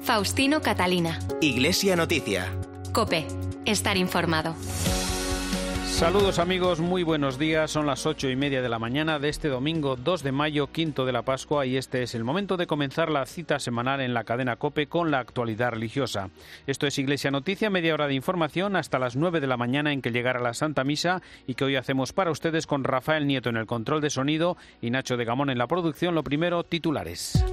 Faustino Catalina. Iglesia Noticia. COPE. Estar informado. Saludos amigos, muy buenos días. Son las 8:30 de la mañana de este domingo 2 de mayo, quinto de la Pascua, y este es el momento de comenzar la cita semanal en la cadena COPE con la actualidad religiosa. Esto es Iglesia Noticia, media hora de información hasta las 9 de la mañana en que llegará la Santa Misa, y que hoy hacemos para ustedes con Rafael Nieto en el control de sonido y Nacho de Gamón en la producción. Lo primero, titulares.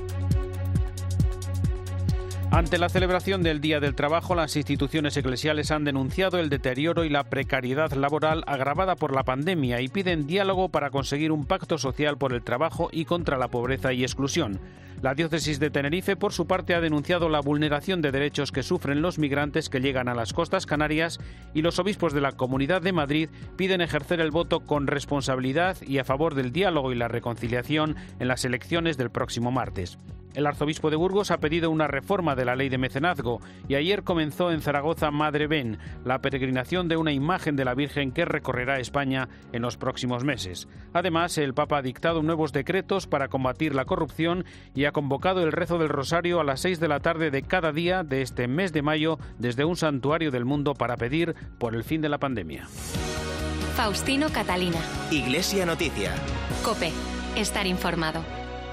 Ante la celebración del Día del Trabajo, las instituciones eclesiales han denunciado el deterioro y la precariedad laboral agravada por la pandemia y piden diálogo para conseguir un pacto social por el trabajo y contra la pobreza y exclusión. La diócesis de Tenerife, por su parte, ha denunciado la vulneración de derechos que sufren los migrantes que llegan a las costas canarias, y los obispos de la Comunidad de Madrid piden ejercer el voto con responsabilidad y a favor del diálogo y la reconciliación en las elecciones del próximo martes. El arzobispo de Burgos ha pedido una reforma de la ley de mecenazgo, y ayer comenzó en Zaragoza Madre Ven, la peregrinación de una imagen de la Virgen que recorrerá España en los próximos meses. Además, el Papa ha dictado nuevos decretos para combatir la corrupción y ha convocado el rezo del Rosario a las 6 de la tarde de cada día de este mes de mayo desde un santuario del mundo para pedir por el fin de la pandemia. Faustino Catalina. Iglesia Noticia. COPE. Estar informado.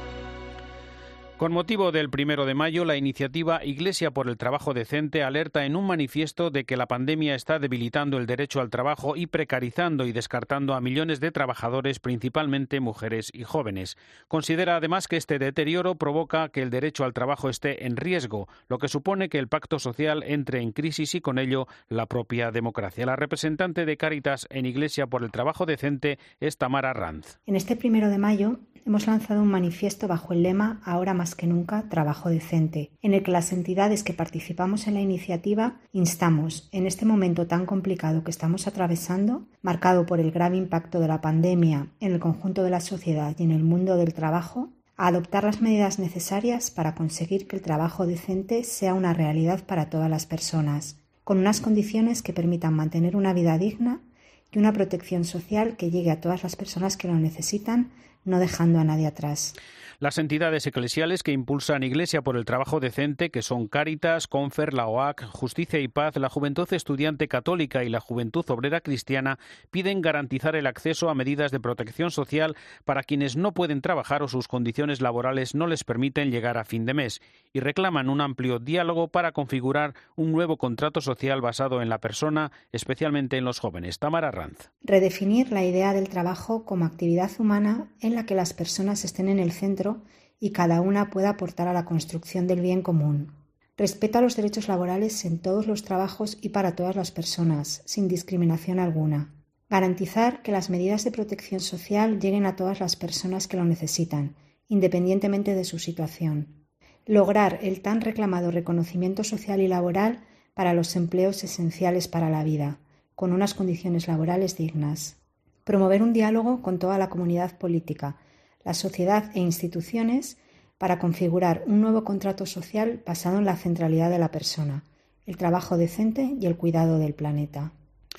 Con motivo del 1 de mayo, la iniciativa Iglesia por el Trabajo Decente alerta en un manifiesto de que la pandemia está debilitando el derecho al trabajo y precarizando y descartando a millones de trabajadores, principalmente mujeres y jóvenes. Considera además que este deterioro provoca que el derecho al trabajo esté en riesgo, lo que supone que el pacto social entre en crisis y con ello la propia democracia. La representante de Cáritas en Iglesia por el Trabajo Decente es Tamara Ranz. En este 1 de mayo hemos lanzado un manifiesto bajo el lema Ahora más que nunca, trabajo decente, en el que las entidades que participamos en la iniciativa instamos, en este momento tan complicado que estamos atravesando, marcado por el grave impacto de la pandemia en el conjunto de la sociedad y en el mundo del trabajo, a adoptar las medidas necesarias para conseguir que el trabajo decente sea una realidad para todas las personas, con unas condiciones que permitan mantener una vida digna y una protección social que llegue a todas las personas que lo necesitan, no dejando a nadie atrás. Las entidades eclesiales que impulsan Iglesia por el Trabajo Decente, que son Cáritas, Confer, la OAC, Justicia y Paz, la Juventud Estudiante Católica y la Juventud Obrera Cristiana, piden garantizar el acceso a medidas de protección social para quienes no pueden trabajar o sus condiciones laborales no les permiten llegar a fin de mes, y reclaman un amplio diálogo para configurar un nuevo contrato social basado en la persona, especialmente en los jóvenes. Tamara Ranz. Redefinir la idea del trabajo como actividad humana en la que las personas estén en el centro y cada una pueda aportar a la construcción del bien común. Respeto a los derechos laborales en todos los trabajos y para todas las personas, sin discriminación alguna. Garantizar que las medidas de protección social lleguen a todas las personas que lo necesitan, independientemente de su situación. Lograr el tan reclamado reconocimiento social y laboral para los empleos esenciales para la vida, con unas condiciones laborales dignas. Promover un diálogo con toda la comunidad política, la sociedad e instituciones para configurar un nuevo contrato social basado en la centralidad de la persona, el trabajo decente y el cuidado del planeta.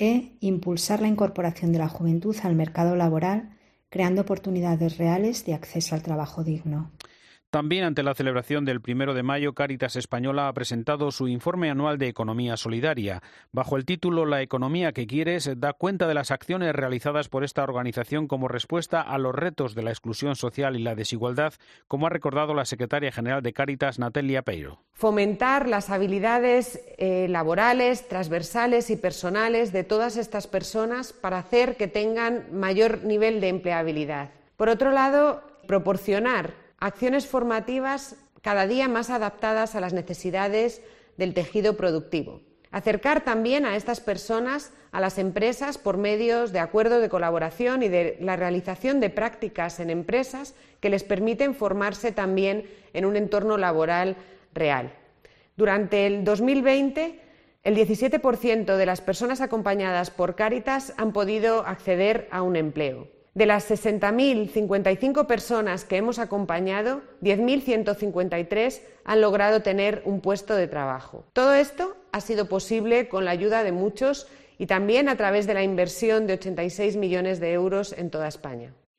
Impulsar la incorporación de la juventud al mercado laboral, creando oportunidades reales de acceso al trabajo digno. También ante la celebración del 1 de mayo, Cáritas Española ha presentado su informe anual de economía solidaria. Bajo el título La economía que quieres, da cuenta de las acciones realizadas por esta organización como respuesta a los retos de la exclusión social y la desigualdad, como ha recordado la secretaria general de Cáritas, Natalia Peiro. Fomentar las habilidades laborales, transversales y personales de todas estas personas para hacer que tengan mayor nivel de empleabilidad. Por otro lado, proporcionar acciones formativas cada día más adaptadas a las necesidades del tejido productivo. Acercar también a estas personas a las empresas por medios de acuerdo de colaboración y de la realización de prácticas en empresas que les permiten formarse también en un entorno laboral real. Durante el 2020, el 17% de las personas acompañadas por Cáritas han podido acceder a un empleo. De las 60.055 personas que hemos acompañado, 10.153 han logrado tener un puesto de trabajo. Todo esto ha sido posible con la ayuda de muchos y también a través de la inversión de 86 millones de euros en toda España.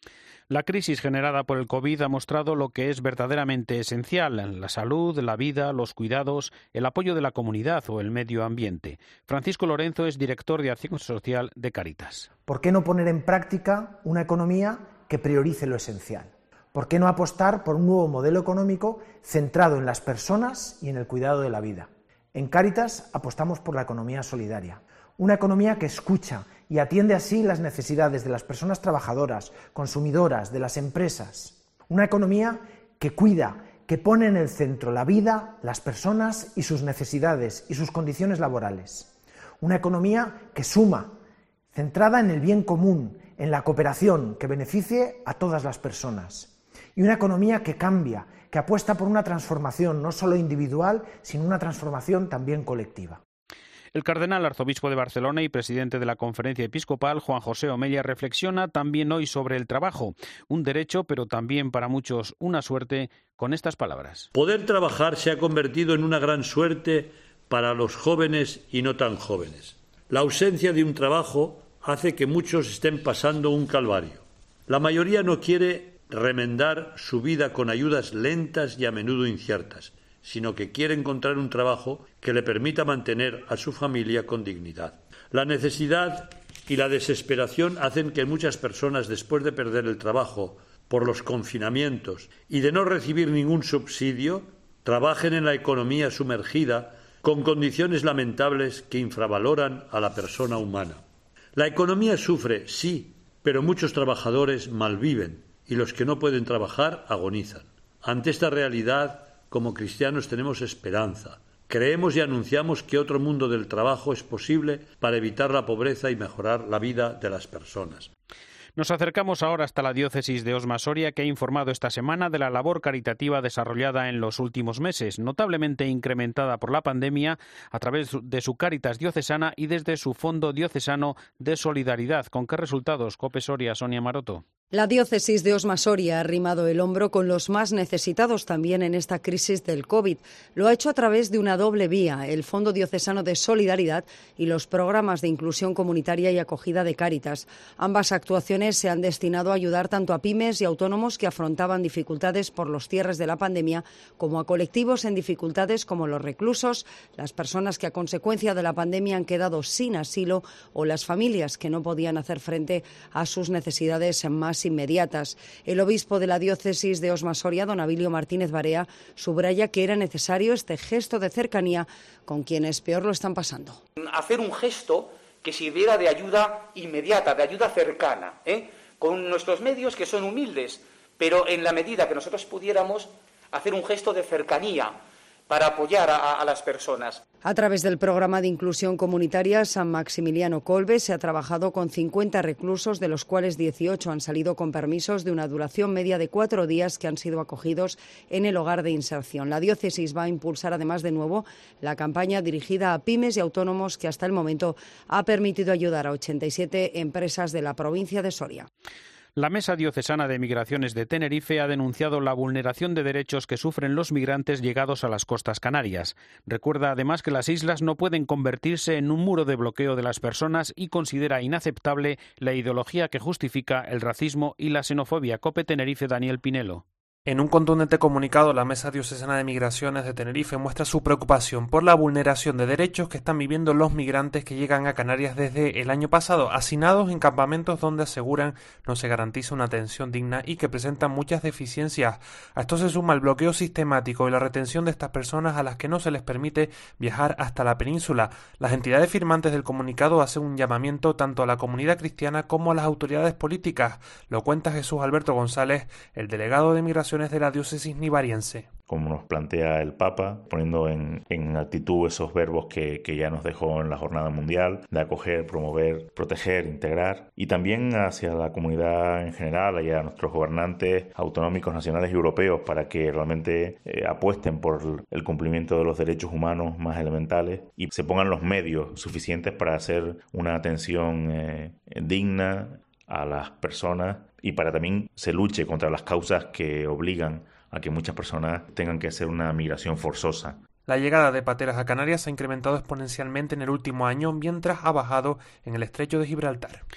La crisis generada por el COVID ha mostrado lo que es verdaderamente esencial: la salud, la vida, los cuidados, el apoyo de la comunidad o el medio ambiente. Francisco Lorenzo es director de Acción Social de Cáritas. ¿Por qué no poner en práctica una economía que priorice lo esencial? ¿Por qué no apostar por un nuevo modelo económico centrado en las personas y en el cuidado de la vida? En Cáritas apostamos por la economía solidaria, una economía que escucha y atiende así las necesidades de las personas trabajadoras, consumidoras, de las empresas. Una economía que cuida, que pone en el centro la vida, las personas y sus necesidades y sus condiciones laborales. Una economía que suma, centrada en el bien común, en la cooperación que beneficie a todas las personas. Y una economía que cambia, que apuesta por una transformación no solo individual, sino una transformación también colectiva. El cardenal arzobispo de Barcelona y presidente de la Conferencia Episcopal, Juan José Omella, reflexiona también hoy sobre el trabajo, un derecho, pero también para muchos una suerte, con estas palabras. Poder trabajar se ha convertido en una gran suerte para los jóvenes y no tan jóvenes. La ausencia de un trabajo hace que muchos estén pasando un calvario. La mayoría no quiere remendar su vida con ayudas lentas y a menudo inciertas, sino que quiere encontrar un trabajo que le permita mantener a su familia con dignidad. La necesidad y la desesperación hacen que muchas personas, después de perder el trabajo por los confinamientos y de no recibir ningún subsidio, trabajen en la economía sumergida con condiciones lamentables que infravaloran a la persona humana. La economía sufre, sí, pero muchos trabajadores malviven y los que no pueden trabajar agonizan. Ante esta realidad, como cristianos tenemos esperanza. Creemos y anunciamos que otro mundo del trabajo es posible para evitar la pobreza y mejorar la vida de las personas. Nos acercamos ahora hasta la diócesis de Osma-Soria, que ha informado esta semana de la labor caritativa desarrollada en los últimos meses, notablemente incrementada por la pandemia a través de su Cáritas diocesana y desde su Fondo Diocesano de Solidaridad. ¿Con qué resultados? COPE Soria, Sonia Maroto. La diócesis de Osma-Soria ha arrimado el hombro con los más necesitados también en esta crisis del COVID. Lo ha hecho a través de una doble vía, el Fondo Diocesano de Solidaridad y los programas de inclusión comunitaria y acogida de Cáritas. Ambas actuaciones se han destinado a ayudar tanto a pymes y autónomos que afrontaban dificultades por los cierres de la pandemia, como a colectivos en dificultades como los reclusos, las personas que a consecuencia de la pandemia han quedado sin asilo o las familias que no podían hacer frente a sus necesidades más inmediatas. El obispo de la diócesis de Osma-Soria, don Abilio Martínez Barea, subraya que era necesario este gesto de cercanía con quienes peor lo están pasando. Hacer un gesto que sirviera de ayuda inmediata, de ayuda cercana, con nuestros medios que son humildes, pero en la medida que nosotros pudiéramos hacer un gesto de cercanía para apoyar a las personas. A través del programa de inclusión comunitaria San Maximiliano Kolbe se ha trabajado con 50 reclusos, de los cuales 18 han salido con permisos de una duración media de 4 días que han sido acogidos en el hogar de inserción. La diócesis va a impulsar además de nuevo la campaña dirigida a pymes y autónomos que hasta el momento ha permitido ayudar a 87 empresas de la provincia de Soria. La Mesa Diocesana de Migraciones de Tenerife ha denunciado la vulneración de derechos que sufren los migrantes llegados a las costas canarias. Recuerda además que las islas no pueden convertirse en un muro de bloqueo de las personas y considera inaceptable la ideología que justifica el racismo y la xenofobia. COPE Tenerife, Daniel Pinelo. En un contundente comunicado, la Mesa Diocesana de Migraciones de Tenerife muestra su preocupación por la vulneración de derechos que están viviendo los migrantes que llegan a Canarias desde el año pasado, hacinados en campamentos donde aseguran no se garantiza una atención digna y que presentan muchas deficiencias. A esto se suma el bloqueo sistemático y la retención de estas personas a las que no se les permite viajar hasta la península. Las entidades firmantes del comunicado hacen un llamamiento tanto a la comunidad cristiana como a las autoridades políticas. Lo cuenta Jesús Alberto González, el delegado de Migraciones de la diócesis nivariense. Como nos plantea el Papa, poniendo en actitud esos verbos que ya nos dejó en la Jornada Mundial, de acoger, promover, proteger, integrar, y también hacia la comunidad en general y a nuestros gobernantes autonómicos, nacionales y europeos para que realmente apuesten por el cumplimiento de los derechos humanos más elementales y se pongan los medios suficientes para hacer una atención digna a las personas y para también se luche contra las causas que obligan a que muchas personas tengan que hacer una migración forzosa. La llegada de pateras a Canarias se ha incrementado exponencialmente en el último año, mientras ha bajado en el estrecho de Gibraltar.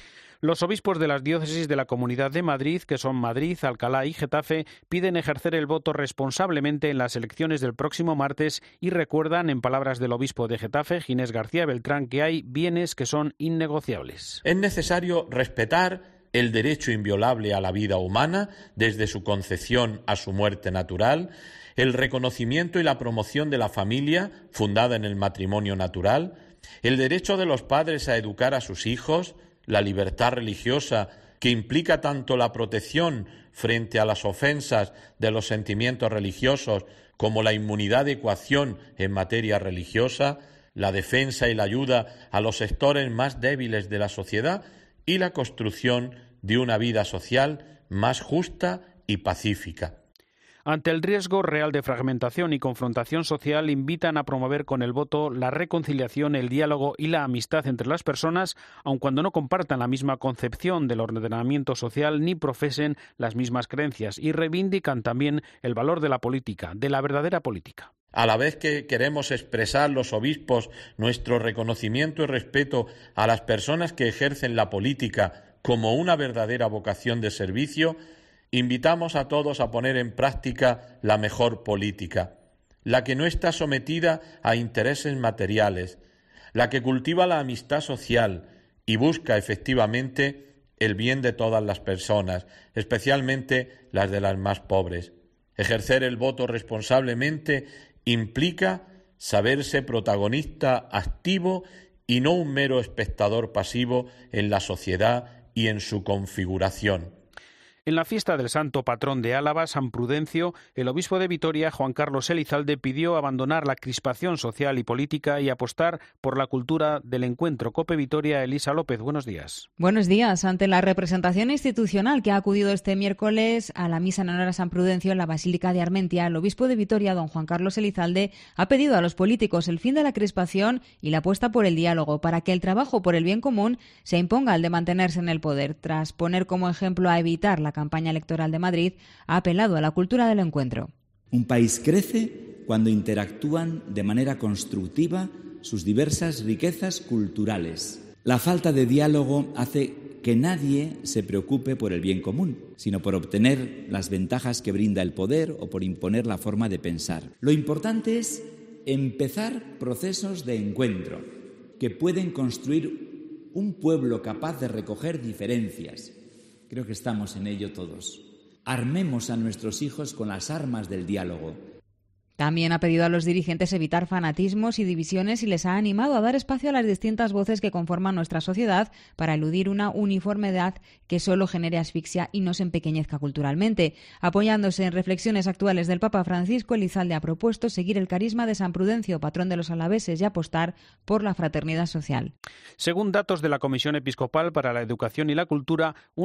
Los obispos de las diócesis de la Comunidad de Madrid, que son Madrid, Alcalá y Getafe, piden ejercer el voto responsablemente en las elecciones del próximo martes y recuerdan, en palabras del obispo de Getafe, Ginés García Beltrán, que hay bienes que son innegociables. Es necesario respetar el derecho inviolable a la vida humana desde su concepción a su muerte natural, el reconocimiento y la promoción de la familia fundada en el matrimonio natural, el derecho de los padres a educar a sus hijos, la libertad religiosa, que implica tanto la protección frente a las ofensas de los sentimientos religiosos como la inmunidad de coacción en materia religiosa, la defensa y la ayuda a los sectores más débiles de la sociedad y la construcción de una vida social más justa y pacífica. Ante el riesgo real de fragmentación y confrontación social, invitan a promover con el voto la reconciliación, el diálogo y la amistad entre las personas, aun cuando no compartan la misma concepción del ordenamiento social ni profesen las mismas creencias, y reivindican también el valor de la política, de la verdadera política. A la vez que queremos expresar los obispos nuestro reconocimiento y respeto a las personas que ejercen la política como una verdadera vocación de servicio, invitamos a todos a poner en práctica la mejor política, la que no está sometida a intereses materiales, la que cultiva la amistad social y busca efectivamente el bien de todas las personas, especialmente las de las más pobres. Ejercer el voto responsablemente implica saberse protagonista activo y no un mero espectador pasivo en la sociedad y en su configuración. En la fiesta del santo patrón de Álava, San Prudencio, el obispo de Vitoria, Juan Carlos Elizalde, pidió abandonar la crispación social y política y apostar por la cultura del encuentro. COPE Vitoria, Elisa López, buenos días. Buenos días. Ante la representación institucional que ha acudido este miércoles a la misa en honor a San Prudencio en la Basílica de Armentia, el obispo de Vitoria, don Juan Carlos Elizalde, ha pedido a los políticos el fin de la crispación y la apuesta por el diálogo para que el trabajo por el bien común se imponga al de mantenerse en el poder. Tras poner como ejemplo a evitar la campaña electoral de Madrid, ha apelado a la cultura del encuentro. Un país crece cuando interactúan de manera constructiva sus diversas riquezas culturales. La falta de diálogo hace que nadie se preocupe por el bien común, sino por obtener las ventajas que brinda el poder o por imponer la forma de pensar. Lo importante es empezar procesos de encuentro que pueden construir un pueblo capaz de recoger diferencias. Creo que estamos en ello todos. Armemos a nuestros hijos con las armas del diálogo. También ha pedido a los dirigentes evitar fanatismos y divisiones y les ha animado a dar espacio a las distintas voces que conforman nuestra sociedad para eludir una uniformidad que solo genere asfixia y nos empequeñezca culturalmente. Apoyándose en reflexiones actuales del Papa Francisco, Elizalde ha propuesto seguir el carisma de San Prudencio, patrón de los alaveses, y apostar por la fraternidad social. Según datos de la Comisión Episcopal para la Educación y la Cultura, un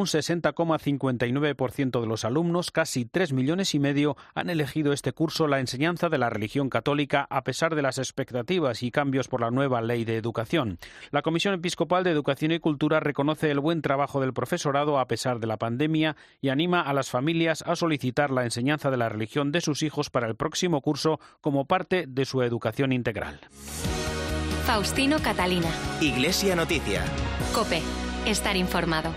60,59% de los alumnos, casi 3,5 millones, han elegido este curso la enseñanza de la religión católica a pesar de las expectativas y cambios por la nueva ley de educación. La Comisión Episcopal de Educación y Cultura reconoce el buen trabajo del profesorado a pesar de la pandemia y anima a las familias a solicitar la enseñanza de la religión de sus hijos para el próximo curso como parte de su educación integral. Faustino Catalina. Iglesia Noticia. COPE. Estar informado.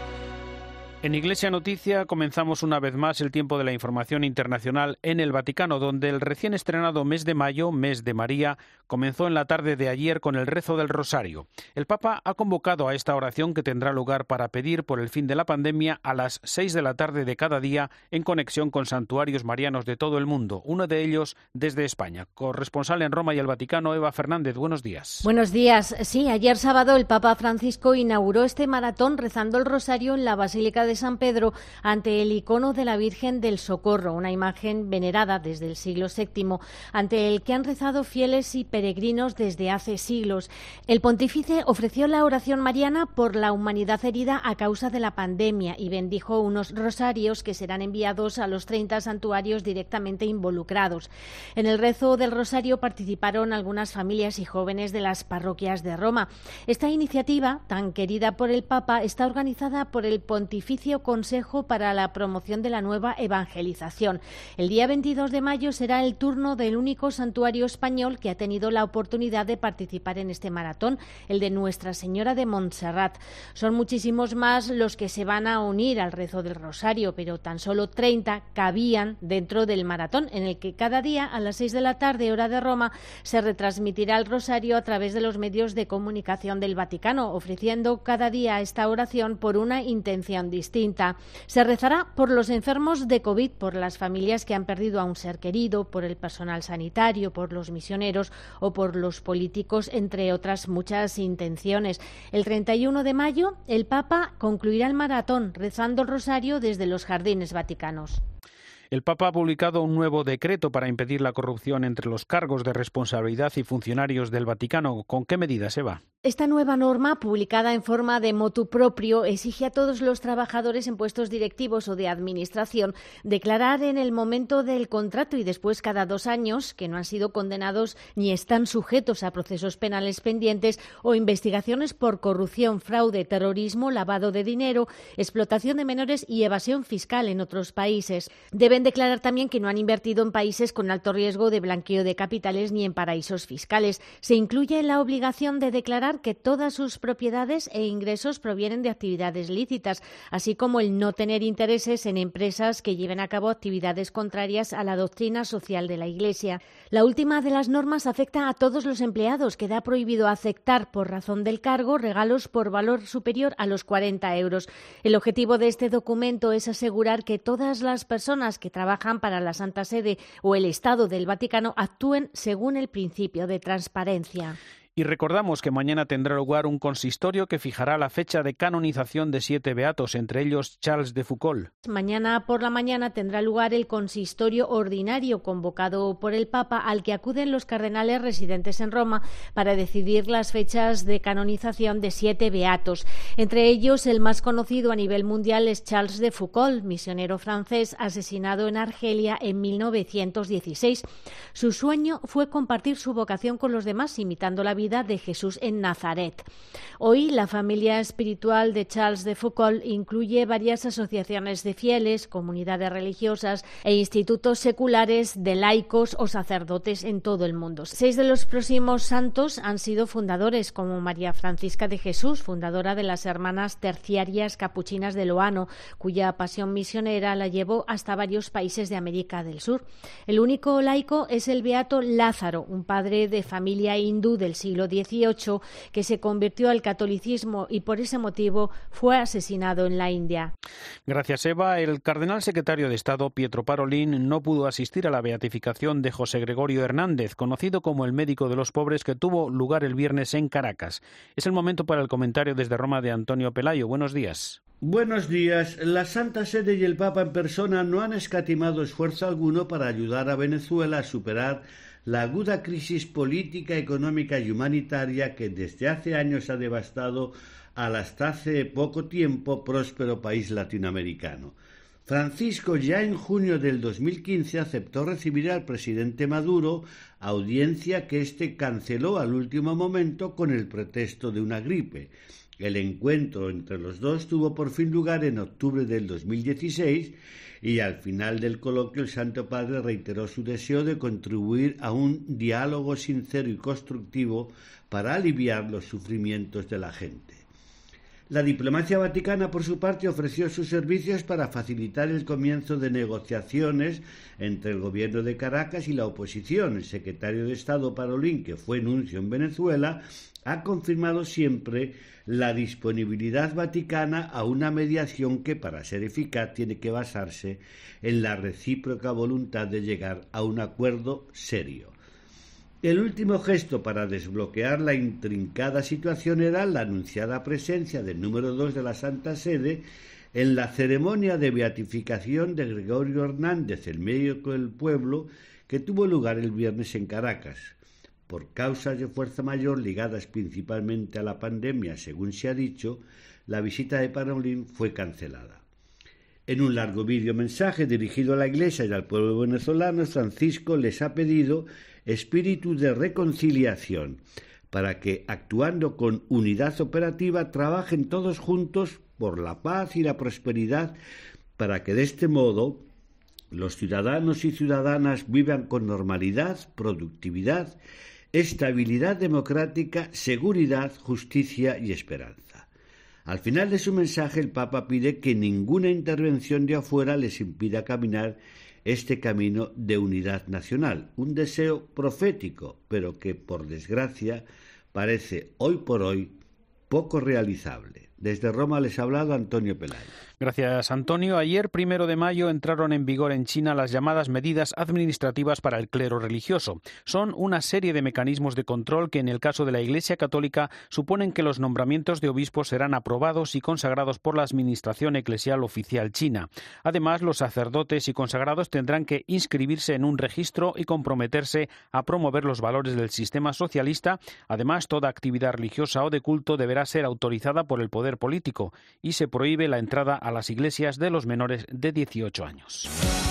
En Iglesia Noticia comenzamos una vez más el tiempo de la información internacional en el Vaticano, donde el recién estrenado mes de mayo, mes de María, comenzó en la tarde de ayer con el rezo del Rosario. El Papa ha convocado a esta oración que tendrá lugar para pedir por el fin de la pandemia a las 6 de la tarde de cada día en conexión con santuarios marianos de todo el mundo, uno de ellos desde España. Corresponsal en Roma y el Vaticano, Eva Fernández, buenos días. Buenos días. Sí, ayer sábado el Papa Francisco inauguró este maratón rezando el Rosario en la Basílica de San Pedro ante el icono de la Virgen del Socorro, una imagen venerada desde el siglo VII, ante el que han rezado fieles y peregrinos desde hace siglos. El pontífice ofreció la oración mariana por la humanidad herida a causa de la pandemia y bendijo unos rosarios que serán enviados a los 30 santuarios directamente involucrados. En el rezo del Rosario participaron algunas familias y jóvenes de las parroquias de Roma. Esta iniciativa, tan querida por el Papa, está organizada por el Pontificio Pontificio Consejo para la Promoción de la Nueva Evangelización. El día 22 de mayo será el turno del único santuario español que ha tenido la oportunidad de participar en este maratón, el de Nuestra Señora de Montserrat. Son muchísimos más los que se van a unir al rezo del Rosario, pero tan solo 30 cabían dentro del maratón, en el que cada día a las 6 de la tarde, hora de Roma, se retransmitirá el Rosario a través de los medios de comunicación del Vaticano, ofreciendo cada día esta oración por una intención distinta. Se rezará por los enfermos de COVID, por las familias que han perdido a un ser querido, por el personal sanitario, por los misioneros o por los políticos, entre otras muchas intenciones. El 31 de mayo, el Papa concluirá el maratón rezando el Rosario desde los jardines vaticanos. El Papa ha publicado un nuevo decreto para impedir la corrupción entre los cargos de responsabilidad y funcionarios del Vaticano. ¿Con qué medidas se va? Esta nueva norma, publicada en forma de motu proprio, exige a todos los trabajadores en puestos directivos o de administración declarar en el momento del contrato y después cada 2 años que no han sido condenados ni están sujetos a procesos penales pendientes o investigaciones por corrupción, fraude, terrorismo, lavado de dinero, explotación de menores y evasión fiscal en otros países. Deben declarar también que no han invertido en países con alto riesgo de blanqueo de capitales ni en paraísos fiscales. Se incluye la obligación de declarar que todas sus propiedades e ingresos provienen de actividades lícitas, así como el no tener intereses en empresas que lleven a cabo actividades contrarias a la doctrina social de la Iglesia. La última de las normas afecta a todos los empleados. Queda prohibido aceptar por razón del cargo regalos por valor superior a los 40 euros. El objetivo de este documento es asegurar que todas las personas que trabajan para la Santa Sede o el Estado del Vaticano actúen según el principio de transparencia. Y recordamos que mañana tendrá lugar un consistorio que fijará la fecha de canonización de 7 beatos, entre ellos Charles de Foucauld. Mañana por la mañana tendrá lugar el consistorio ordinario convocado por el Papa, al que acuden los cardenales residentes en Roma para decidir las fechas de canonización de 7 beatos. Entre ellos, el más conocido a nivel mundial es Charles de Foucauld, misionero francés asesinado en Argelia en 1916. Su sueño fue compartir su vocación con los demás, imitando la vida de Jesús en Nazaret. Hoy la familia espiritual de Charles de Foucauld incluye varias asociaciones de fieles, comunidades religiosas e institutos seculares de laicos o sacerdotes en todo el mundo. 6 de los próximos santos han sido fundadores, como María Francisca de Jesús, fundadora de las Hermanas Terciarias Capuchinas de Loano, cuya pasión misionera la llevó hasta varios países de América del Sur. El único laico es el beato Lázaro, un padre de familia hindú del siglo XVIII que se convirtió al catolicismo y por ese motivo fue asesinado en la India. Gracias, Eva. El cardenal secretario de Estado, Pietro Parolin, no pudo asistir a la beatificación de José Gregorio Hernández, conocido como el médico de los pobres, que tuvo lugar el viernes en Caracas. Es el momento para el comentario desde Roma de Antonio Pelayo. Buenos días. Buenos días. La Santa Sede y el Papa en persona no han escatimado esfuerzo alguno para ayudar a Venezuela a superar la aguda crisis política, económica y humanitaria que desde hace años ha devastado al hasta hace poco tiempo próspero país latinoamericano. Francisco ya en junio del 2015 aceptó recibir al presidente Maduro, audiencia que éste canceló al último momento con el pretexto de una gripe. El encuentro entre los dos tuvo por fin lugar en octubre del 2016 y al final del coloquio el Santo Padre reiteró su deseo de contribuir a un diálogo sincero y constructivo para aliviar los sufrimientos de la gente. La diplomacia vaticana, por su parte, ofreció sus servicios para facilitar el comienzo de negociaciones entre el gobierno de Caracas y la oposición. El secretario de Estado Parolin, que fue nuncio en Venezuela, ha confirmado siempre la disponibilidad vaticana a una mediación que, para ser eficaz, tiene que basarse en la recíproca voluntad de llegar a un acuerdo serio. El último gesto para desbloquear la intrincada situación era la anunciada presencia del número 2 de la Santa Sede en la ceremonia de beatificación de Gregorio Hernández, el médico del pueblo, que tuvo lugar el viernes en Caracas. Por causas de fuerza mayor ligadas principalmente a la pandemia, según se ha dicho, la visita de Parolin fue cancelada. En un largo videomensaje dirigido a la Iglesia y al pueblo venezolano, Francisco les ha pedido espíritu de reconciliación para que, actuando con unidad operativa, trabajen todos juntos por la paz y la prosperidad, para que de este modo los ciudadanos y ciudadanas vivan con normalidad, productividad, estabilidad democrática, seguridad, justicia y esperanza. Al final de su mensaje, el Papa pide que ninguna intervención de afuera les impida caminar este camino de unidad nacional, un deseo profético, pero que, por desgracia, parece hoy por hoy poco realizable. Desde Roma les ha hablado Antonio Pelayo. Gracias, Antonio. Ayer, 1 de mayo, entraron en vigor en China las llamadas medidas administrativas para el clero religioso. Son una serie de mecanismos de control que, en el caso de la Iglesia Católica, suponen que los nombramientos de obispos serán aprobados y consagrados por la Administración Eclesial Oficial China. Además, los sacerdotes y consagrados tendrán que inscribirse en un registro y comprometerse a promover los valores del sistema socialista. Además, toda actividad religiosa o de culto deberá ser autorizada por el poder político y se prohíbe la entrada a las iglesias de los menores de 18 años.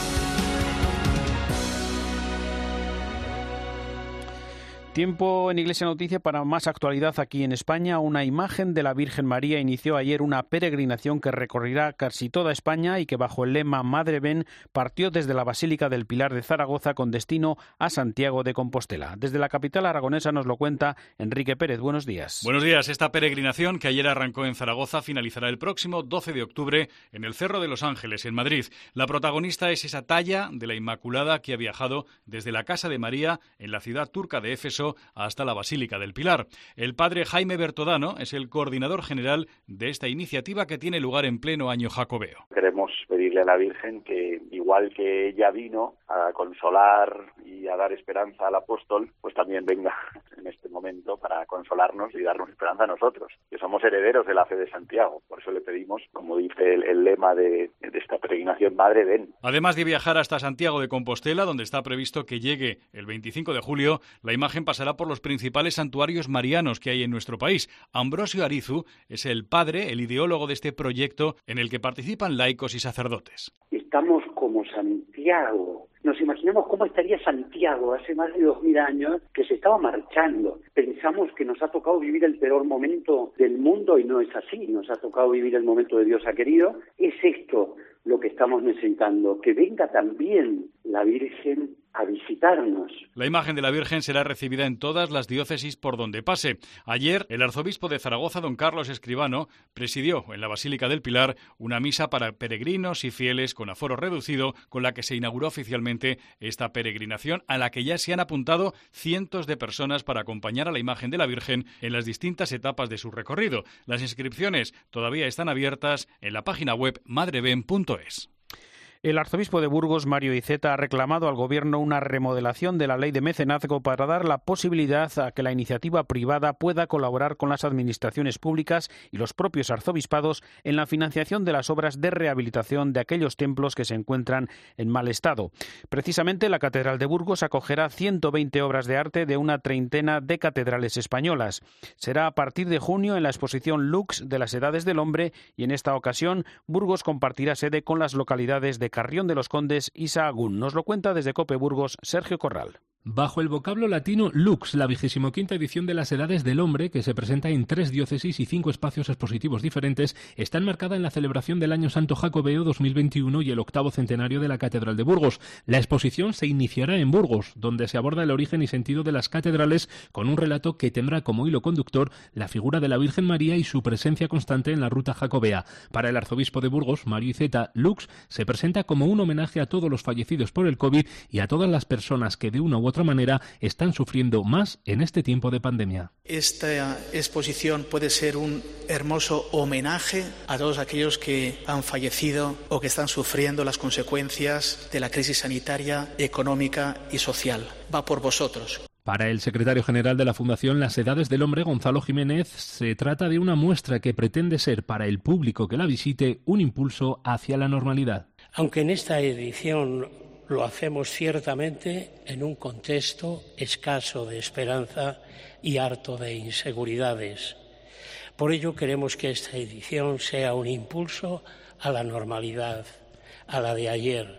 Tiempo en Iglesia Noticia para más actualidad aquí en España. Una imagen de la Virgen María inició ayer una peregrinación que recorrerá casi toda España y que, bajo el lema Madre Ven, partió desde la Basílica del Pilar de Zaragoza con destino a Santiago de Compostela. Desde la capital aragonesa nos lo cuenta Enrique Pérez. Buenos días. Buenos días. Esta peregrinación, que ayer arrancó en Zaragoza, finalizará el próximo 12 de octubre en el Cerro de los Ángeles, en Madrid. La protagonista es esa talla de la Inmaculada que ha viajado desde la Casa de María en la ciudad turca de Éfeso hasta la Basílica del Pilar. El padre Jaime Bertodano es el coordinador general de esta iniciativa que tiene lugar en pleno año jacobeo. Queremos pedirle a la Virgen que, igual que ella vino a consolar y a dar esperanza al apóstol, pues también venga en este momento para consolarnos y darnos esperanza a nosotros, que somos herederos de la fe de Santiago. Por eso le pedimos, como dice el lema de esta peregrinación, Madre Ven. Además de viajar hasta Santiago de Compostela, donde está previsto que llegue el 25 de julio, la imagen pasará por los principales santuarios marianos que hay en nuestro país. Ambrosio Arizu es el padre, el ideólogo de este proyecto en el que participan laicos y sacerdotes. Estamos como Santiago. Nos imaginamos cómo estaría Santiago hace más de 2000 años, que se estaba marchando. Pensamos que nos ha tocado vivir el peor momento del mundo y no es así. Nos ha tocado vivir el momento que Dios ha querido. Es esto lo que estamos necesitando, que venga también la Virgen a visitarnos. La imagen de la Virgen será recibida en todas las diócesis por donde pase. Ayer, el arzobispo de Zaragoza, don Carlos Escribano, presidió en la Basílica del Pilar una misa para peregrinos y fieles con aforo reducido, con la que se inauguró oficialmente esta peregrinación, a la que ya se han apuntado cientos de personas para acompañar a la imagen de la Virgen en las distintas etapas de su recorrido. Las inscripciones todavía están abiertas en la página web madreben.es. El arzobispo de Burgos, Mario Iceta, ha reclamado al Gobierno una remodelación de la ley de mecenazgo para dar la posibilidad a que la iniciativa privada pueda colaborar con las administraciones públicas y los propios arzobispados en la financiación de las obras de rehabilitación de aquellos templos que se encuentran en mal estado. Precisamente, la Catedral de Burgos acogerá 120 obras de arte de una treintena de catedrales españolas. Será a partir de junio en la exposición Lux de las Edades del Hombre y, en esta ocasión, Burgos compartirá sede con las localidades de Carrión de los Condes y Sahagún. Nos lo cuenta desde COPE Burgos Sergio Corral. Bajo el vocablo latino Lux, la 25ª edición de las Edades del Hombre, que se presenta en 3 diócesis y 5 espacios expositivos diferentes, está enmarcada en la celebración del Año Santo Jacobeo 2021 y el 8º centenario de la Catedral de Burgos. La exposición se iniciará en Burgos, donde se aborda el origen y sentido de las catedrales, con un relato que tendrá como hilo conductor la figura de la Virgen María y su presencia constante en la ruta jacobea. Para el arzobispo de Burgos, Mario Iceta, Lux se presenta como un homenaje a todos los fallecidos por el COVID y a todas las personas que de una u otra manera están sufriendo más en este tiempo de pandemia. Esta exposición puede ser un hermoso homenaje a todos aquellos que han fallecido o que están sufriendo las consecuencias de la crisis sanitaria, económica y social. Va por vosotros. Para el secretario general de la Fundación Las Edades del Hombre, Gonzalo Jiménez, se trata de una muestra que pretende ser para el público que la visite un impulso hacia la normalidad. Aunque en esta edición lo hacemos ciertamente en un contexto escaso de esperanza y harto de inseguridades. Por ello queremos que esta edición sea un impulso a la normalidad, a la de ayer.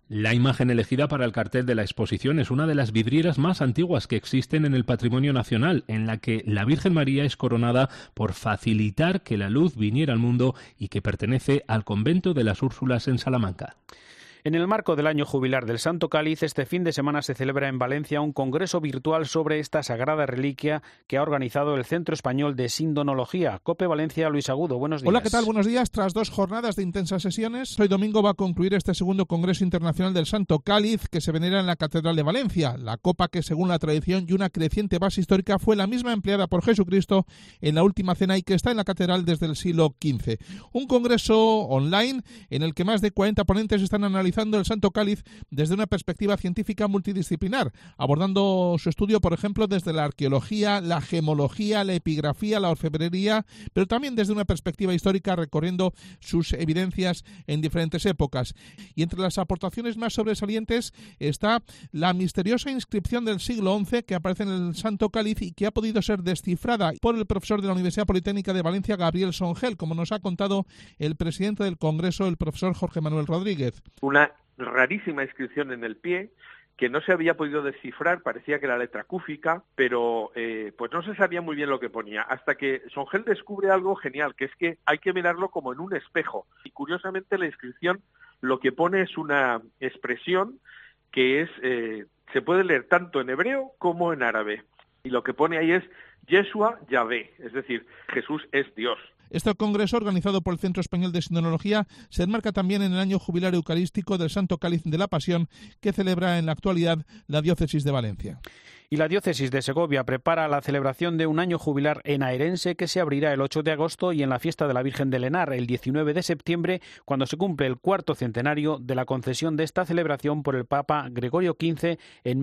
La imagen elegida para el cartel de la exposición es una de las vidrieras más antiguas que existen en el patrimonio nacional, en la que la Virgen María es coronada por facilitar que la luz viniera al mundo y que pertenece al convento de las Úrsulas en Salamanca. En el marco del año jubilar del Santo Cáliz, este fin de semana se celebra en Valencia un congreso virtual sobre esta sagrada reliquia que ha organizado el Centro Español de Sindonología. COPE Valencia, Luis Agudo, buenos días. Hola, ¿qué tal? Buenos días. Tras 2 jornadas de intensas sesiones, hoy domingo va a concluir este segundo Congreso Internacional del Santo Cáliz que se venera en la Catedral de Valencia. La copa que, según la tradición y una creciente base histórica, fue la misma empleada por Jesucristo en la última cena y que está en la catedral desde el siglo XV. Un congreso online en el que más de 40 ponentes están analizando el Santo Cáliz desde una perspectiva científica multidisciplinar, abordando su estudio, por ejemplo, desde la arqueología, la gemología, la epigrafía, la orfebrería, pero también desde una perspectiva histórica, recorriendo sus evidencias en diferentes épocas. Y entre las aportaciones más sobresalientes está la misteriosa inscripción del siglo XI que aparece en el Santo Cáliz y que ha podido ser descifrada por el profesor de la Universidad Politécnica de Valencia, Gabriel Songel, como nos ha contado el presidente del Congreso, el profesor Jorge Manuel Rodríguez. Una rarísima inscripción en el pie que no se había podido descifrar, parecía que era letra cúfica, pero pues no se sabía muy bien lo que ponía, hasta que Songel descubre algo genial, que es que hay que mirarlo como en un espejo. Y curiosamente la inscripción lo que pone es una expresión que es se puede leer tanto en hebreo como en árabe. Y lo que pone ahí es Yeshua Yahvé, es decir, Jesús es Dios. Este congreso, organizado por el Centro Español de Sindonología, se enmarca también en el año jubilar eucarístico del Santo Cáliz de la Pasión, que celebra en la actualidad la diócesis de Valencia. Y la diócesis de Segovia prepara la celebración de un año jubilar enaerense que se abrirá el 8 de agosto y en la fiesta de la Virgen del Henar el 19 de septiembre, cuando se cumple el 4º centenario de la concesión de esta celebración por el Papa Gregorio XV en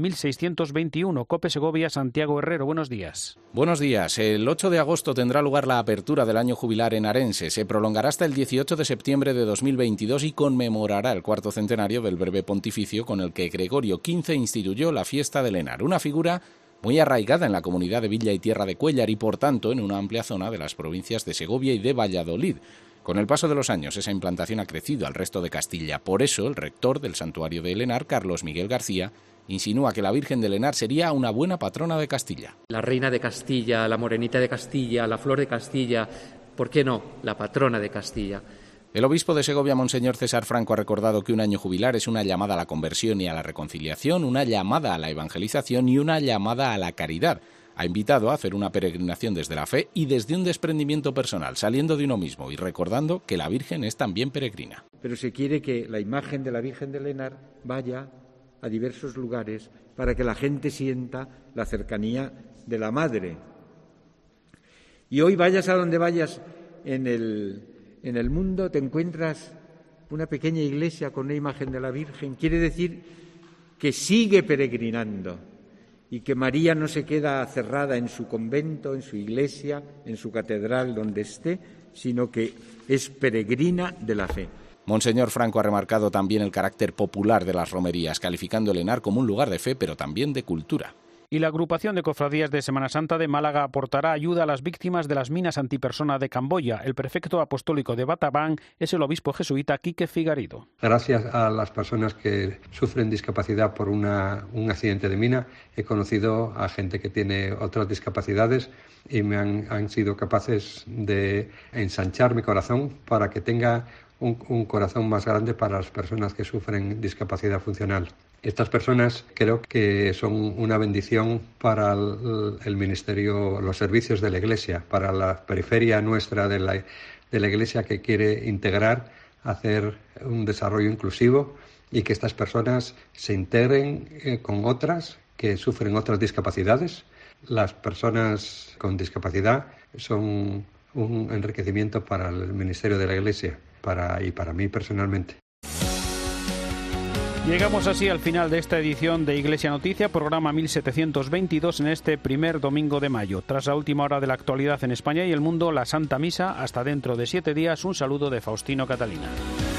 1621. COPE Segovia, Santiago Herrero, buenos días. Buenos días. El 8 de agosto tendrá lugar la apertura del año jubilar enarense. Se prolongará hasta el 18 de septiembre de 2022 y conmemorará el 4º centenario del breve pontificio con el que Gregorio XV instituyó la fiesta del Henar, una figura muy arraigada en la comunidad de Villa y Tierra de Cuéllar y, por tanto, en una amplia zona de las provincias de Segovia y de Valladolid. Con el paso de los años, esa implantación ha crecido al resto de Castilla. Por eso, el rector del santuario del Henar, Carlos Miguel García, insinúa que la Virgen del Henar sería una buena patrona de Castilla. La reina de Castilla, la morenita de Castilla, la flor de Castilla, ¿por qué no? La patrona de Castilla. El obispo de Segovia, Monseñor César Franco, ha recordado que un año jubilar es una llamada a la conversión y a la reconciliación, una llamada a la evangelización y una llamada a la caridad. Ha invitado a hacer una peregrinación desde la fe y desde un desprendimiento personal, saliendo de uno mismo y recordando que la Virgen es también peregrina. Pero se quiere que la imagen de la Virgen del Henar vaya a diversos lugares para que la gente sienta la cercanía de la Madre. Y hoy vayas a donde vayas en el mundo, te encuentras una pequeña iglesia con una imagen de la Virgen. Quiere decir que sigue peregrinando y que María no se queda cerrada en su convento, en su iglesia, en su catedral, donde esté, sino que es peregrina de la fe. Monseñor Franco ha remarcado también el carácter popular de las romerías, calificando el Henar como un lugar de fe, pero también de cultura. Y la agrupación de cofradías de Semana Santa de Málaga aportará ayuda a las víctimas de las minas antipersona de Camboya. El prefecto apostólico de Batabang es el obispo jesuita Quique Figarido. Gracias a las personas que sufren discapacidad por un accidente de mina, he conocido a gente que tiene otras discapacidades y han sido capaces de ensanchar mi corazón para que tenga un corazón más grande para las personas que sufren discapacidad funcional. Estas personas creo que son una bendición para el ministerio, los servicios de la Iglesia, para la periferia nuestra de la Iglesia que quiere integrar, hacer un desarrollo inclusivo y que estas personas se integren con otras que sufren otras discapacidades. Las personas con discapacidad son un enriquecimiento para el ministerio de la Iglesia y para mí personalmente. Llegamos así al final de esta edición de Iglesia Noticia, programa 1722 en este primer domingo de mayo. Tras la última hora de la actualidad en España y el mundo, la Santa Misa. Hasta dentro de 7 días. Un saludo de Faustino Catalina.